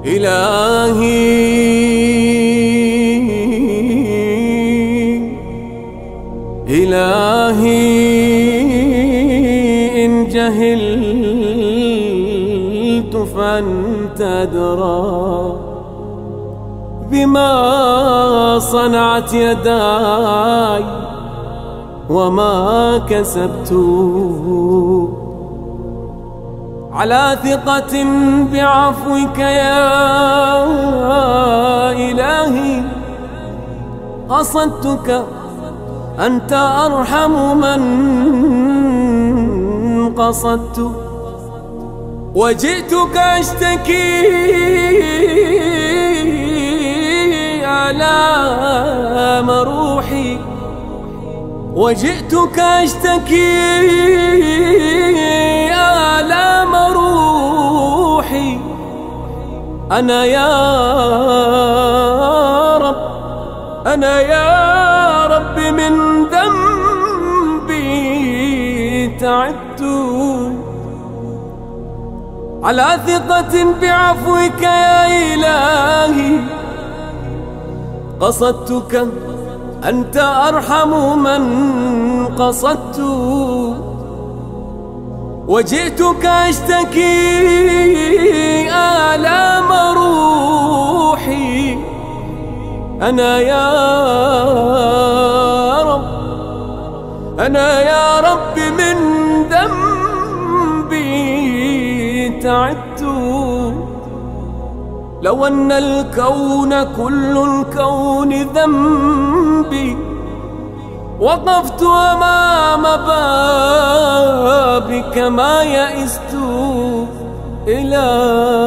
إلهي إن جهلت فأنت أدرى بما صنعت يداي وما كسبت، على ثقة بعفوك يا إلهي قصدتك، أنت أرحم من قصدت، وجئتك أشتكي آلام روحي، وجئتك أشتكي آلام روحي. أنا يا رب، أنا يا رب من ذنبي تعبت، على ثقة بعفوك يا إلهي قصدتك، أنت أرحم من قصدت، وجئتك أشتكي آلام روحي. أنا يا رب، أنا يا رب من ذنبي تعبت، لو أن الكون كل الكون ذنبي وقفت أمام بابك ما يئست إلهي.